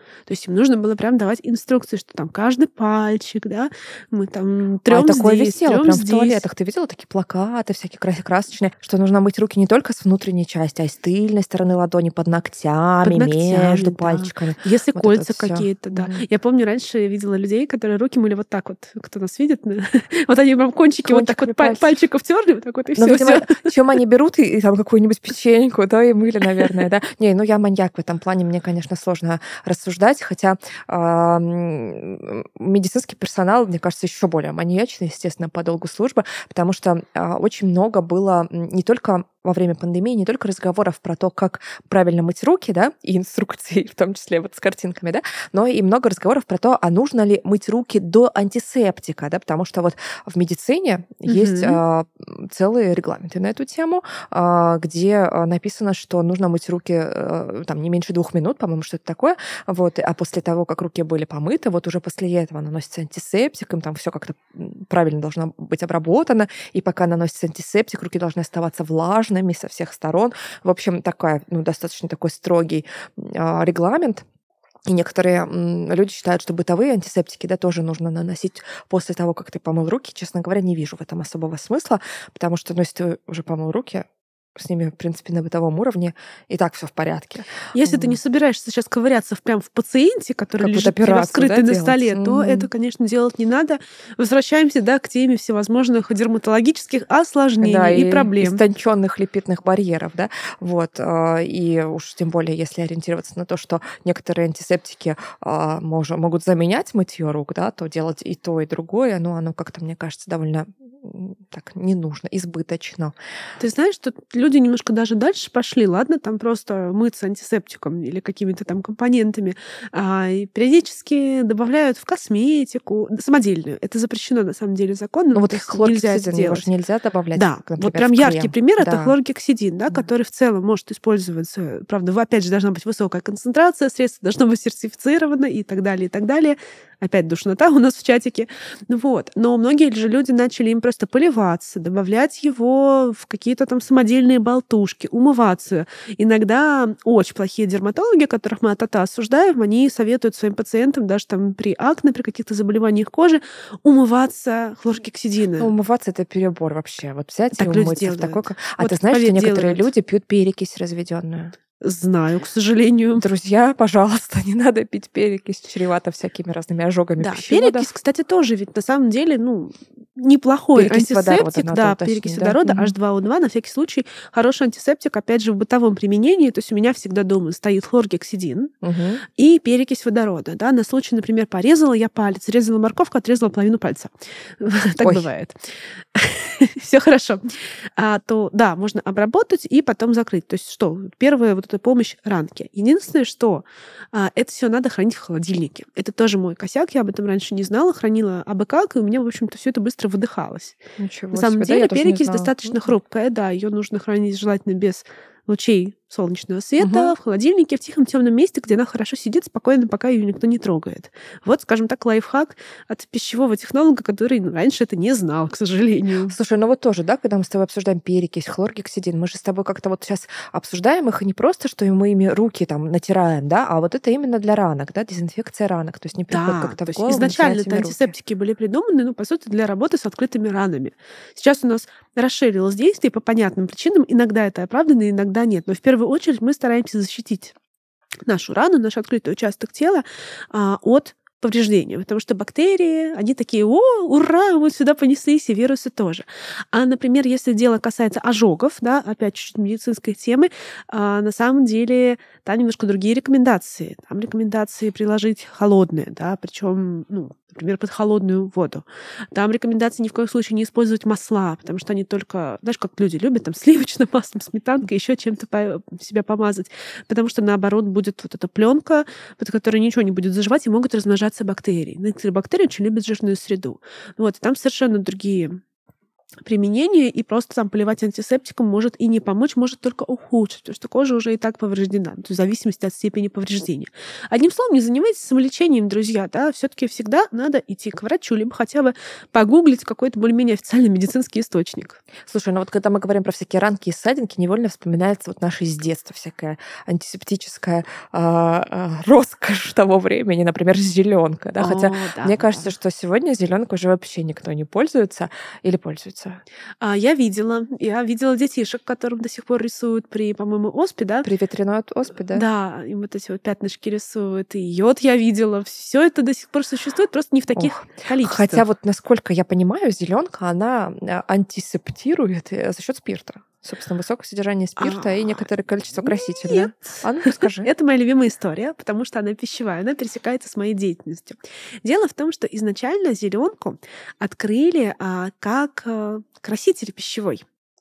То есть им нужно было прям давать инструкции, что там каждый пальчик, да, мы там трём а такое здесь, висело трём прям здесь. в туалетах. Ты видела такие плакаты всякие красочные, что нужно мыть руки не только с внутренней части, а и с тыльной стороны ладони, под ногтями, Под ногтями, между да. пальчиками. Если Вот кольца это вот всё. какие-то, да. Мгм. Я помню, раньше я видела людей, которые руки мыли вот так вот. Кто нас видит? Вот они прям кончики вот так Кончиками вот паль- пальцев. пальчиков терли, вот так вот, и Ну, все. видимо, чем они берут и, и там какую-нибудь печеньку, да, и мыли, наверное, да. Не, ну я маньяк в этом плане, мне, конечно, сложно рассуждать, хотя а, м, медицинский персонал, мне кажется, еще более маньячный, естественно, по долгу службы, потому что а, очень много было м, не только во время пандемии не только разговоров про то, как правильно мыть руки, да, и инструкции, в том числе вот с картинками, да, но и много разговоров про то, а нужно ли мыть руки до антисептика, да, потому что вот в медицине есть Мгм. а, целые регламенты на эту тему, а, где а, написано, что нужно мыть руки а, там не меньше двух минут, по-моему, что-то такое, вот, а после того, как руки были помыты, вот уже после этого наносится антисептик, им там все как-то м, правильно должно быть обработано, и пока наносится антисептик, руки должны оставаться влажными со всех сторон. В общем, такая, ну, достаточно такой строгий а, регламент. И некоторые м, люди считают, что бытовые антисептики, да, тоже нужно наносить после того, как ты помыл руки. Честно говоря, не вижу в этом особого смысла, потому что, ну, если ты уже помыл руки, с ними, в принципе, на бытовом уровне и так все в порядке. Если ты не Вот. собираешься сейчас ковыряться в, прям в пациенте, который Какую-то лежит у тебя операцию, вскрытый да, на делать? столе, то Мгм. это, конечно, делать не надо. Возвращаемся, да, к теме всевозможных дерматологических осложнений Да, и и проблем. истонченных липидных барьеров, да, вот, а, и уж тем более, если ориентироваться на то, что некоторые антисептики а, мож- могут заменять мытье рук, да, то делать и то, и другое, ну, оно как-то, мне кажется, довольно м, так не нужно, избыточно. Ты знаешь, тут люди немножко даже дальше пошли, ладно, там просто мыться антисептиком или какими-то там компонентами, а, и периодически добавляют в косметику самодельную. Это запрещено на самом деле законом, Ну, вот то есть нельзя это хлоргексидин, его делать. же нельзя добавлять, Да, как, вот например, прям в яркий крем. пример это Да. хлоргексидин, да, Да. который в целом может использоваться. Правда, в- опять же, должна быть высокая концентрация, средство должно быть сертифицировано и так далее, и так далее. Опять душнота у нас в чатике. Ну вот. Но многие же люди начали им просто поливаться, добавлять его в какие-то там самодельные болтушки, умываться. Иногда очень плохие дерматологи, которых мы от-ата осуждаем, они советуют своим пациентам даже там при акне, при каких-то заболеваниях кожи умываться Ну, хлоргексидином. умываться это перебор вообще. Вот взять и Так люди умыться в такой... делают. ко- А Вот ты знаешь, что поверь, некоторые делают. люди пьют перекись разведенную? Знаю, к сожалению. Друзья, пожалуйста, не надо пить перекись, чревато всякими разными ожогами Да, пищевода. перекись, кстати, тоже ведь на самом деле, ну, неплохой Перекись водорода антисептик, надо да, уточнить, перекись да? водорода, Мгм. эйч два о два, на всякий случай, хороший антисептик, опять же, в бытовом применении, то есть у меня всегда дома стоит хлоргексидин Мгм. и перекись водорода, да, на случай, например, порезала я палец, резала морковку, отрезала половину пальца. Так Ой. бывает. Все хорошо. А, то, да, можно обработать и потом закрыть. То есть что? Первая вот эта помощь ранке. Единственное, что а, это все надо хранить в холодильнике. Это тоже мой косяк, я об этом раньше не знала, хранила абы как, и у меня, в общем-то, все это быстро выдыхалось. Ничего На самом себе, да, деле я тоже не перекись знала. достаточно Мгм. хрупкая, да, ее нужно хранить желательно без лучей солнечного света, Мгм. в холодильнике, в тихом темном месте, где она хорошо сидит спокойно, пока ее никто не трогает. Вот, скажем так, лайфхак от пищевого технолога, который ну, раньше это не знал, к сожалению. Слушай, ну вот тоже, да, когда мы с тобой обсуждаем перекись, хлоргексидин, мы же с тобой как-то вот сейчас обсуждаем их, и не просто, что мы ими руки там натираем, да, а вот это именно для ранок, да, дезинфекция ранок. То есть не приходит Да, как-то то в есть голову изначально натирать это ими руки. антисептики были придуманы, ну, по сути, для работы с открытыми ранами. Сейчас у нас расширилось действие по понятным причинам. Иногда это оправданно, иногда нет. Но в первую очередь мы стараемся защитить нашу рану, наш открытый участок тела а, от повреждения, потому что бактерии, они такие, о, ура, мы сюда понеслись, и вирусы тоже. А, например, если дело касается ожогов, да, опять чуть-чуть медицинской темы, а, на самом деле там немножко другие рекомендации. Там рекомендации приложить холодное, да, причем, ну, например, под холодную воду. Там рекомендации ни в коем случае не использовать масла, потому что они только, знаешь, как люди любят, там, сливочным маслом, сметанкой, еще чем-то по- себя помазать, потому что, наоборот, будет вот эта пленка, под которой ничего не будет заживать, и могут размножаться бактерии. Некоторые бактерии очень любят жирную среду. Вот, и там совершенно другие применение, и просто там поливать антисептиком может и не помочь, может только ухудшить, потому что кожа уже и так повреждена, то есть в зависимости от степени повреждения. Одним словом, не занимайтесь самолечением, друзья, да, все-таки всегда надо идти к врачу, либо хотя бы погуглить какой-то более-менее официальный медицинский источник. Слушай, ну вот когда мы говорим про всякие ранки и ссадинки, невольно вспоминается вот наше из детства всякая антисептическая э, э, роскошь того времени, например, зеленка, да, О, хотя да, мне кажется, да. что сегодня зеленкой уже вообще никто не пользуется или пользуется. А, я видела, я видела детишек, которым до сих пор рисуют при, по-моему, оспе, да? При ветряной оспе, да? Да, им вот эти вот пятнышки рисуют, и йод я видела. Все это до сих пор существует, просто не в таких Ох, количествах. Хотя вот, насколько я понимаю, зеленка, она антисептирует за счет спирта. Собственно, высокое содержание спирта А, и некоторое количество красителя. Нет. А ну расскажи. Это моя любимая история, потому что она пищевая, она пересекается с моей деятельностью. Дело в том, что изначально зеленку открыли а, как а, краситель пищевой.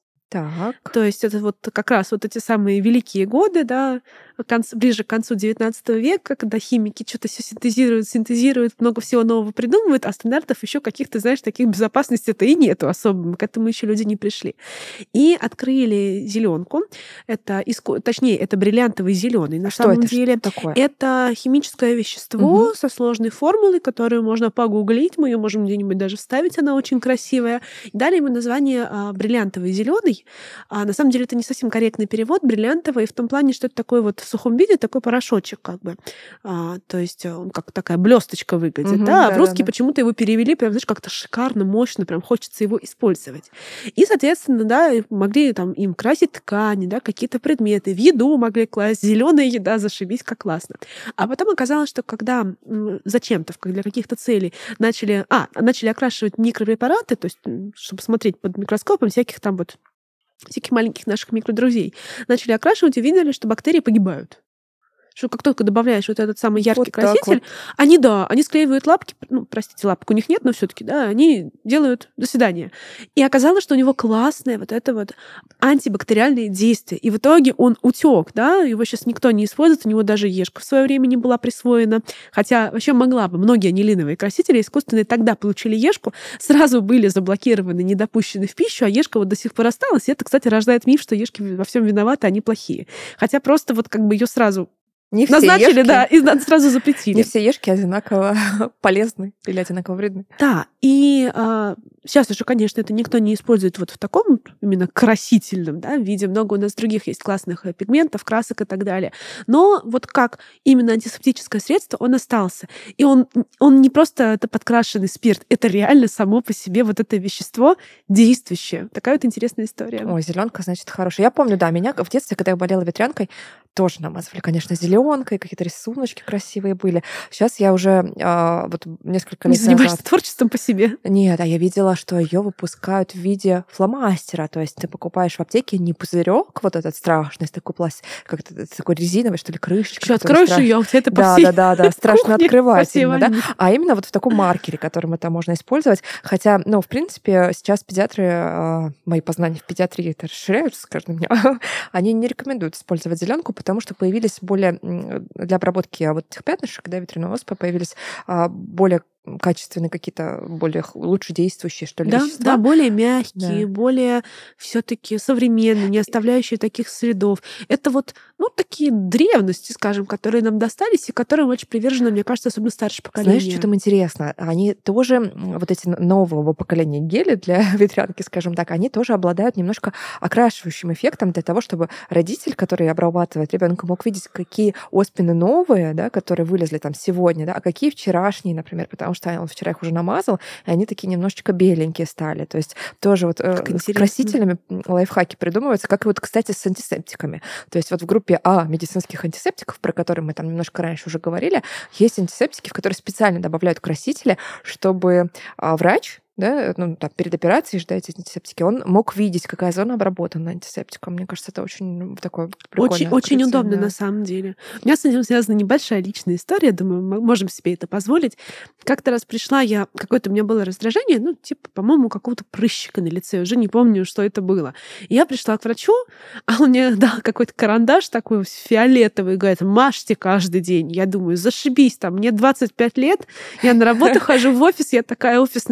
Так. То есть это вот как раз вот эти самые великие годы, да, конц, ближе к концу девятнадцатого века, когда химики что-то все синтезируют, синтезируют, много всего нового придумывают, а стандартов еще каких-то, знаешь, таких безопасности-то и нету особо. К этому еще люди не пришли. И открыли зеленку. Это, иску... точнее, это бриллиантовый зеленый. На Что самом это? деле Что такое? это химическое вещество Угу. со сложной формулой, которую можно погуглить. Мы ее можем где-нибудь даже вставить, она очень красивая. Дали ему название а, бриллиантовый зеленый. А на самом деле это не совсем корректный перевод. Бриллиантовый в том плане, что это такой вот в сухом виде такой порошочек, как бы. А, то есть он как такая блесточка выглядит. Угу, да? А да, в русский да, да. почему-то его перевели прям, знаешь, как-то шикарно, мощно, прям хочется его использовать. И, соответственно, да, могли там им красить ткани, да, какие-то предметы, в еду могли класть, зеленая еда, зашибись, как классно. А потом оказалось, что когда м, зачем-то, для каких-то целей начали, а, начали окрашивать микропрепараты, то есть, чтобы смотреть под микроскопом всяких там вот всяких маленьких наших микродрузей, начали окрашивать и видели, что бактерии погибают. Что как только добавляешь вот этот самый яркий Вот так краситель, вот. они, да, они склеивают лапки, ну, простите, лапок у них нет, но все таки да, они делают «до свидания». И оказалось, что у него классное вот это вот антибактериальное действие. И в итоге он утек, да, его сейчас никто не использует, у него даже ешка в свое время не была присвоена. Хотя вообще могла бы. Многие анилиновые красители искусственные тогда получили ешку, сразу были заблокированы, не допущены в пищу, а ешка вот до сих пор осталась. И это, кстати, рождает миф, что ешки во всем виноваты, они плохие. Хотя просто вот как бы ее сразу Не все назначили, ешки, да, и сразу запретили. не все ешки одинаково полезны или одинаково вредны. Да, и а, сейчас уже, конечно, это никто не использует вот в таком именно красительном, да, виде. Много у нас других есть классных пигментов, красок и так далее. Но вот как именно антисептическое средство, он остался. И он, он не просто это подкрашенный спирт, это реально само по себе вот это вещество действующее. Такая вот интересная история. Ой, зеленка, значит, хорошая. Я помню, да, меня в детстве, когда я болела ветрянкой, тоже намазывали, конечно, зеленкой, какие-то рисуночки красивые были. Сейчас я уже а, вот несколько Не лет занимаешься назад... творчеством по себе. Нет, а я видела, что ее выпускают в виде фломастера. То есть ты покупаешь в аптеке не пузырек вот этот страшный, с такой пласт... как-то такой резиновой, что ли, крышечкой. Что, откроешь страш... ее, а у тебя это по да, всей да, да, да, страшно кухне, открывать по всей именно, да? ванне. А именно вот в таком маркере, которым это можно использовать. Хотя, ну, в принципе, сейчас педиатры, э, мои познания в педиатрии это расширяются с каждым днем, они не рекомендуют использовать зеленку, потому что появились более для обработки вот этих пятнышек, да, ветряной оспы, появились а, более качественные какие-то, более лучше действующие, что ли, Да, вещества. да, более мягкие, Да. более все-таки современные, не оставляющие таких следов. Это вот, ну, такие древности, скажем, которые нам достались и которым очень привержено, мне кажется, особенно старшее поколение. Знаешь, что там интересно? Они тоже, вот эти нового поколения гели для ветрянки, скажем так, они тоже обладают немножко окрашивающим эффектом для того, чтобы родитель, который обрабатывает ребенка, мог видеть, какие оспины новые, да, которые вылезли там сегодня, да, а какие вчерашние, например, потому что он вчера их уже намазал, и они такие немножечко беленькие стали. То есть тоже вот э, с красителями лайфхаки придумываются, как и вот, кстати, с антисептиками. То есть вот в группе А медицинских антисептиков, про которые мы там немножко раньше уже говорили, есть антисептики, в которые специально добавляют красители, чтобы а, врач, да, ну, там, перед операцией ждать антисептики, он мог видеть, какая зона обработана антисептиком. Мне кажется, это очень такое прикольное Очень, очень открытие, удобно, да. на самом деле. У меня с этим связана небольшая личная история, думаю, мы можем себе это позволить. Как-то раз пришла я, какое-то у меня было раздражение, ну, типа, по-моему, какого-то прыщика на лице, уже не помню, что это было. И я пришла к врачу, а он мне дал какой-то карандаш такой фиолетовый, говорит, мажьте каждый день. Я думаю, зашибись, там, мне двадцать пять лет, я на работу хожу в офис, я такая офисная типа,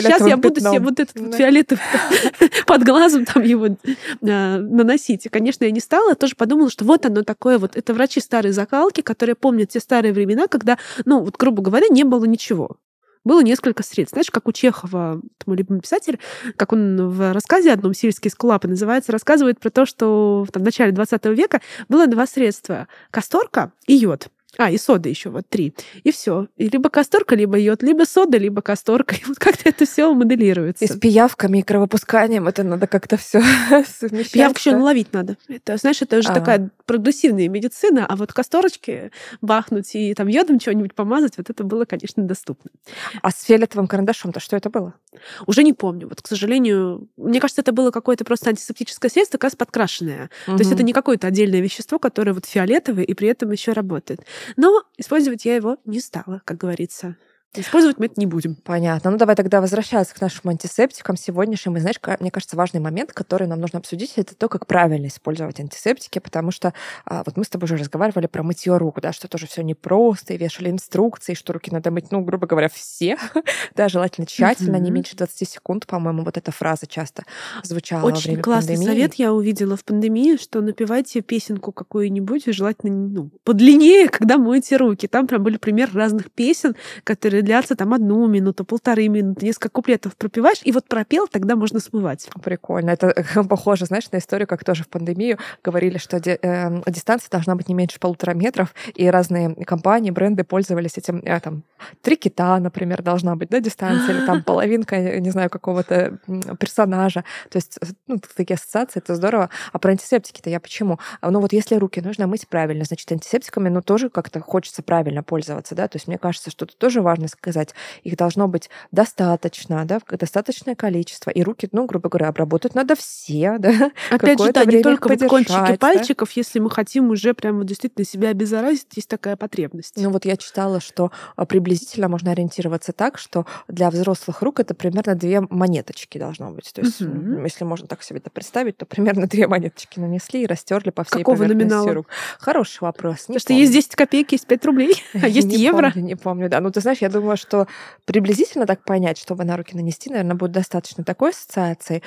сейчас я буду себе вот этот вот фиолетовый под глазом там его наносить. И, конечно, я не стала, тоже подумала, что вот оно такое вот, это врачи старой закалки, которые помнят те старые времена, когда, ну, вот, грубо говоря, не было ничего. Было несколько средств. Знаешь, как у Чехова, мой любимый писатель, как он в рассказе одном «Сельские скулапы» называется, рассказывает про то, что в, там, в начале двадцатого века было два средства. Касторка и йод. А, и сода еще, вот три. И все. И либо касторка, либо йод, либо сода, либо касторка. И вот как-то это все моделируется. И с пиявками, и кровопусканием это надо как-то все совмещать. Пиявку еще наловить надо. Это, знаешь, это уже а. такая прогрессивная медицина, а вот касторочки бахнуть и там йодом чего-нибудь помазать, вот это было, конечно, доступно. А с фиолетовым карандашом-то что это было? Уже не помню. Вот, к сожалению, мне кажется, это было какое-то просто антисептическое средство, как раз подкрашенное. Угу. То есть это не какое-то отдельное вещество, которое вот фиолетовое и при этом еще работает. Но использовать я его не стала, как говорится. Использовать мы это не будем. Понятно. Ну, давай тогда возвращаться к нашим антисептикам сегодняшним. И, знаешь, мне кажется, важный момент, который нам нужно обсудить, это то, как правильно использовать антисептики, потому что а, вот мы с тобой уже разговаривали про мытье рук, да, что тоже все непросто, и вешали инструкции, что руки надо мыть, ну, грубо говоря, все, да, желательно тщательно, mm-hmm. не меньше двадцати секунд, по-моему, вот эта фраза часто звучала Очень во время классный пандемии. совет я увидела в пандемии, что напевайте песенку какую-нибудь, желательно ну, подлиннее, когда моете руки. Там прям были примеры разных песен, которые длятся там одну минуту, полторы минуты, несколько куплетов пропеваешь, и вот пропел, тогда можно смывать. Прикольно. Это похоже, знаешь, на историю, как тоже в пандемию говорили, что ди- э, дистанция должна быть не меньше полутора метров, и разные компании, бренды пользовались этим, э, там, три кита, например, должна быть, да, дистанция, или там половинка, не знаю, какого-то персонажа. То есть, ну, такие ассоциации, это здорово. А про антисептики-то я почему? Ну, вот если руки нужно мыть правильно, значит, антисептиками, ну, тоже как-то хочется правильно пользоваться, да, то есть мне кажется, что тут тоже важно сказать, их должно быть достаточно, да, достаточное количество, и руки, ну, грубо говоря, обработать надо все, да. Опять же, да, не только вот кончики пальчиков, да? Если мы хотим уже прям вот действительно себя обеззаразить, есть такая потребность. Ну, вот я читала, что приблизительно можно ориентироваться так, что для взрослых рук это примерно две монеточки должно быть. То есть, uh-huh. если можно так себе это представить, то примерно две монеточки нанесли и растерли по всей Какого поверхности номинала? Рук. Хороший вопрос. Потому что есть десять копеек, есть пять рублей, а есть не евро. Помню, не помню, да. Ну, ты знаешь, я думаю, что приблизительно так понять, чтобы на руки нанести, наверное, будет достаточно такой ассоциации.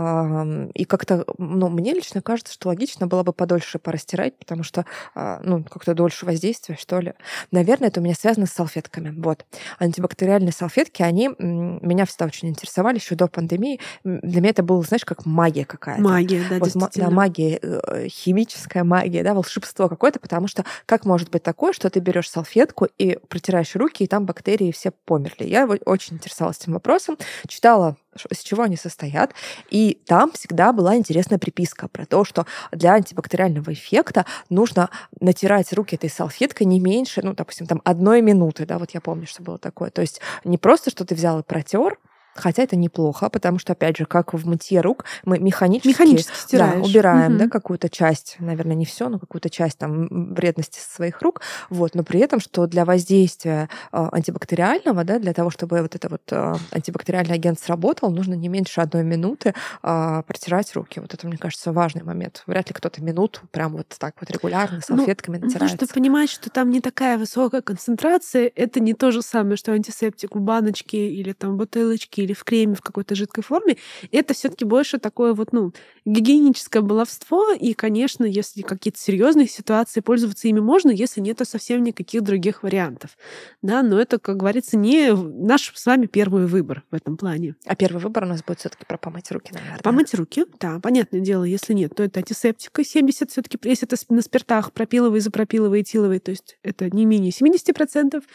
И как-то, ну, мне лично кажется, что логично было бы подольше порастирать, потому что, ну, как-то дольше воздействия, что ли. Наверное, это у меня связано с салфетками. Вот. Антибактериальные салфетки, они меня всегда очень интересовали еще до пандемии. Для меня это было, знаешь, как магия какая-то. Магия, да, вот, действительно. Да, магия, химическая магия, да, волшебство какое-то, потому что как может быть такое, что ты берешь салфетку и протираешь руки, и там бактерии все померли. Я очень интересовалась этим вопросом, читала, из чего они состоят, и там всегда была интересная приписка про то, что для антибактериального эффекта нужно натирать руки этой салфеткой не меньше, ну, допустим, там одной минуты, да, вот я помню, что было такое. То есть не просто, что ты взял и протер, хотя это неплохо, потому что, опять же, как в мытье рук, мы механически, механически да, убираем, угу. да, какую-то часть, наверное, не все, но какую-то часть там вредности со своих рук, вот, но при этом, что для воздействия э, антибактериального, да, для того, чтобы вот этот вот э, антибактериальный агент сработал, нужно не меньше одной минуты э, протирать руки. Вот это, мне кажется, важный момент. Вряд ли кто-то минуту прям вот так вот регулярно салфетками ну, натирается. Нужно понимать, что там не такая высокая концентрация, это не то же самое, что антисептик в баночке или там бутылочке или в креме в какой-то жидкой форме, это все-таки больше такое вот, ну, гигиеническое баловство, и, конечно, если какие-то серьезные ситуации, пользоваться ими можно, если нет совсем никаких других вариантов. Да, но это, как говорится, не наш с вами первый выбор в этом плане. А первый выбор у нас будет все-таки про помыть руки, наверное. Помыть руки, да, понятное дело, если нет, то это антисептика семьдесят все-таки, если это на спиртах пропиловый, изопропиловый, этиловый, то есть это не менее семьдесят процентов,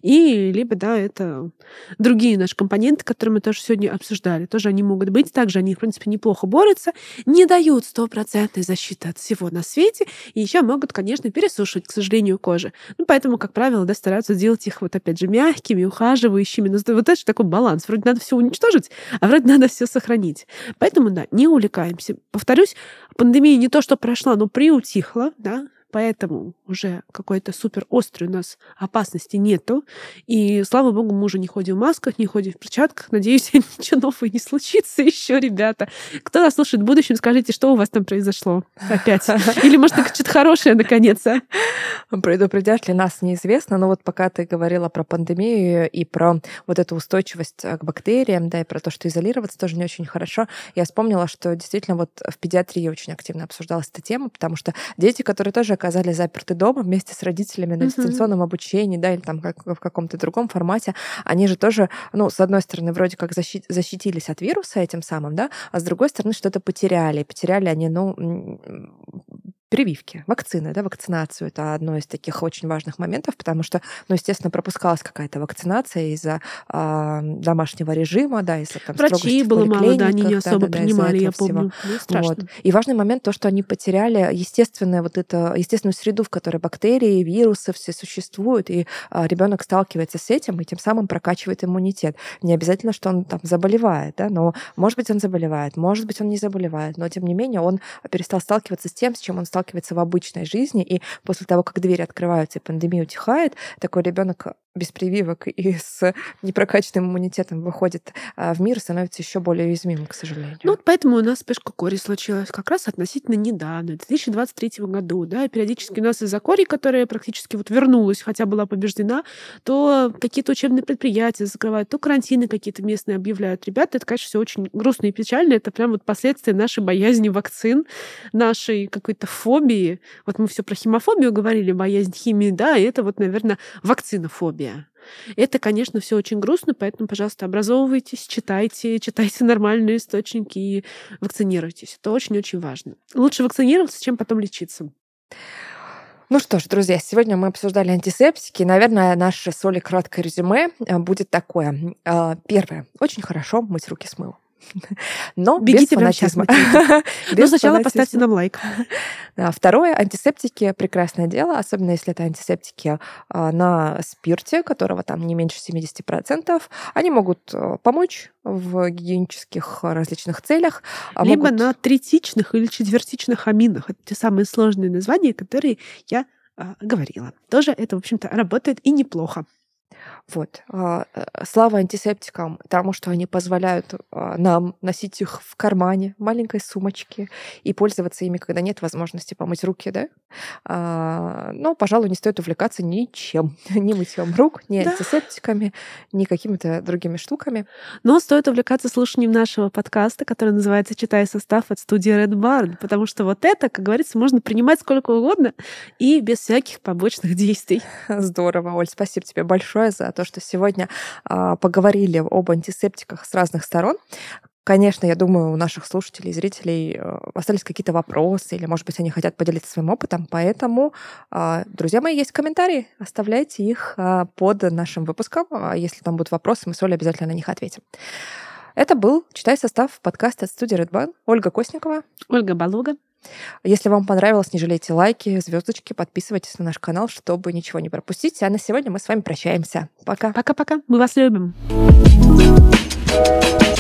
и либо, да, это другие наши компоненты, которые мы тоже сегодня обсуждали. Тоже они могут быть. Также они, в принципе, неплохо борются, не дают стопроцентной защиты от всего на свете, и еще могут, конечно, пересушивать, к сожалению, кожу. Ну, поэтому, как правило, да, стараются делать их, вот опять же, мягкими, ухаживающими. Но вот это же такой баланс. Вроде надо все уничтожить, а вроде надо все сохранить. Поэтому, да, не увлекаемся. Повторюсь, пандемия не то, что прошла, но приутихла, да, поэтому уже какой-то супер острой у нас опасности нету. И, слава богу, мы уже не ходим в масках, не ходим в перчатках. Надеюсь, ничего нового не случится еще, ребята. Кто нас слушает в будущем, скажите, что у вас там произошло опять? Или, может, только что-то хорошее, наконец, а? Предупредят ли нас, неизвестно, но вот пока ты говорила про пандемию и про вот эту устойчивость к бактериям, да, и про то, что изолироваться тоже не очень хорошо, я вспомнила, что действительно вот в педиатрии очень активно обсуждалась эта тема, потому что дети, которые тоже оказались заперты дома вместе с родителями на дистанционном обучении, да, или там как, в каком-то другом формате, они же тоже, ну, с одной стороны, вроде как защит, защитились от вируса этим самым, да, а с другой стороны, что-то потеряли. Потеряли они, ну, прививки, вакцины, да, вакцинацию. Это одно из таких очень важных моментов, потому что, ну, естественно, пропускалась какая-то вакцинация из-за э, домашнего режима, да, из-за там врачей было мало, да, они не особо да, принимали, да, я помню. Ну, страшно. Вот. И важный момент то, что они потеряли естественное вот это, естественную среду, в которой бактерии, вирусы все существуют, и э, ребенок сталкивается с этим, и тем самым прокачивает иммунитет. Не обязательно, что он там заболевает, да, но, может быть, он заболевает, может быть, он не заболевает, но, тем не менее, он перестал сталкиваться с тем, с чем он сталкивается в обычной жизни, и после того, как двери открываются и пандемия утихает, такой ребенок без прививок и с непрокачанным иммунитетом выходит в мир и становится еще более уязвимым, к сожалению. Ну, вот поэтому у нас вспышка кори случилась как раз относительно недавно, в две тысячи двадцать третьем году, да, и периодически у нас из-за кори, которая практически вот вернулась, хотя была побеждена, то какие-то учебные предприятия закрывают, то карантины какие-то местные объявляют. Ребята, это, конечно, все очень грустно и печально, это прям вот последствия нашей боязни вакцин, нашей какой-то фобии. Вот мы все про химофобию говорили, боязнь химии, да, и это вот, наверное, вакцинофобия. Это, конечно, все очень грустно, поэтому, пожалуйста, образовывайтесь, читайте, читайте нормальные источники и вакцинируйтесь. Это очень-очень важно. Лучше вакцинироваться, чем потом лечиться. Ну что ж, друзья, сегодня мы обсуждали антисептики. Наверное, наше с Олей краткое резюме будет такое. Первое. Очень хорошо мыть руки с мылом. Но бегите без фанатизма. Но сначала поставьте нам лайк. Второе. Антисептики — прекрасное дело, особенно если это антисептики на спирте, которого там не меньше семьдесят процентов. Они могут помочь в гигиенических различных целях. Либо могут... на третичных или четвертичных аминах. Это те самые сложные названия, которые я а, говорила. Тоже это, в общем-то, работает и неплохо. Вот. Слава антисептикам, потому что они позволяют нам носить их в кармане, в маленькой сумочке и пользоваться ими, когда нет возможности помыть руки, да? Но, пожалуй, не стоит увлекаться ничем. Ни мытьем рук, ни да. антисептиками, ни какими-то другими штуками. Но стоит увлекаться слушанием нашего подкаста, который называется «Читай состав» от студии Red Barn, потому что вот это, как говорится, можно принимать сколько угодно и без всяких побочных действий. Здорово, Оль, спасибо тебе большое за то, что сегодня а, поговорили об антисептиках с разных сторон. Конечно, я думаю, у наших слушателей и зрителей остались какие-то вопросы, или, может быть, они хотят поделиться своим опытом, поэтому, а, друзья мои, есть комментарии, оставляйте их а, под нашим выпуском. А если там будут вопросы, мы с Олей обязательно на них ответим. Это был «Читай состав» подкаст от студии Red Barn. Ольга Косникова. Ольга Балога. Если вам понравилось, не жалейте лайки, звездочки, подписывайтесь на наш канал, чтобы ничего не пропустить. А на сегодня мы с вами прощаемся. Пока. Пока-пока. Мы вас любим.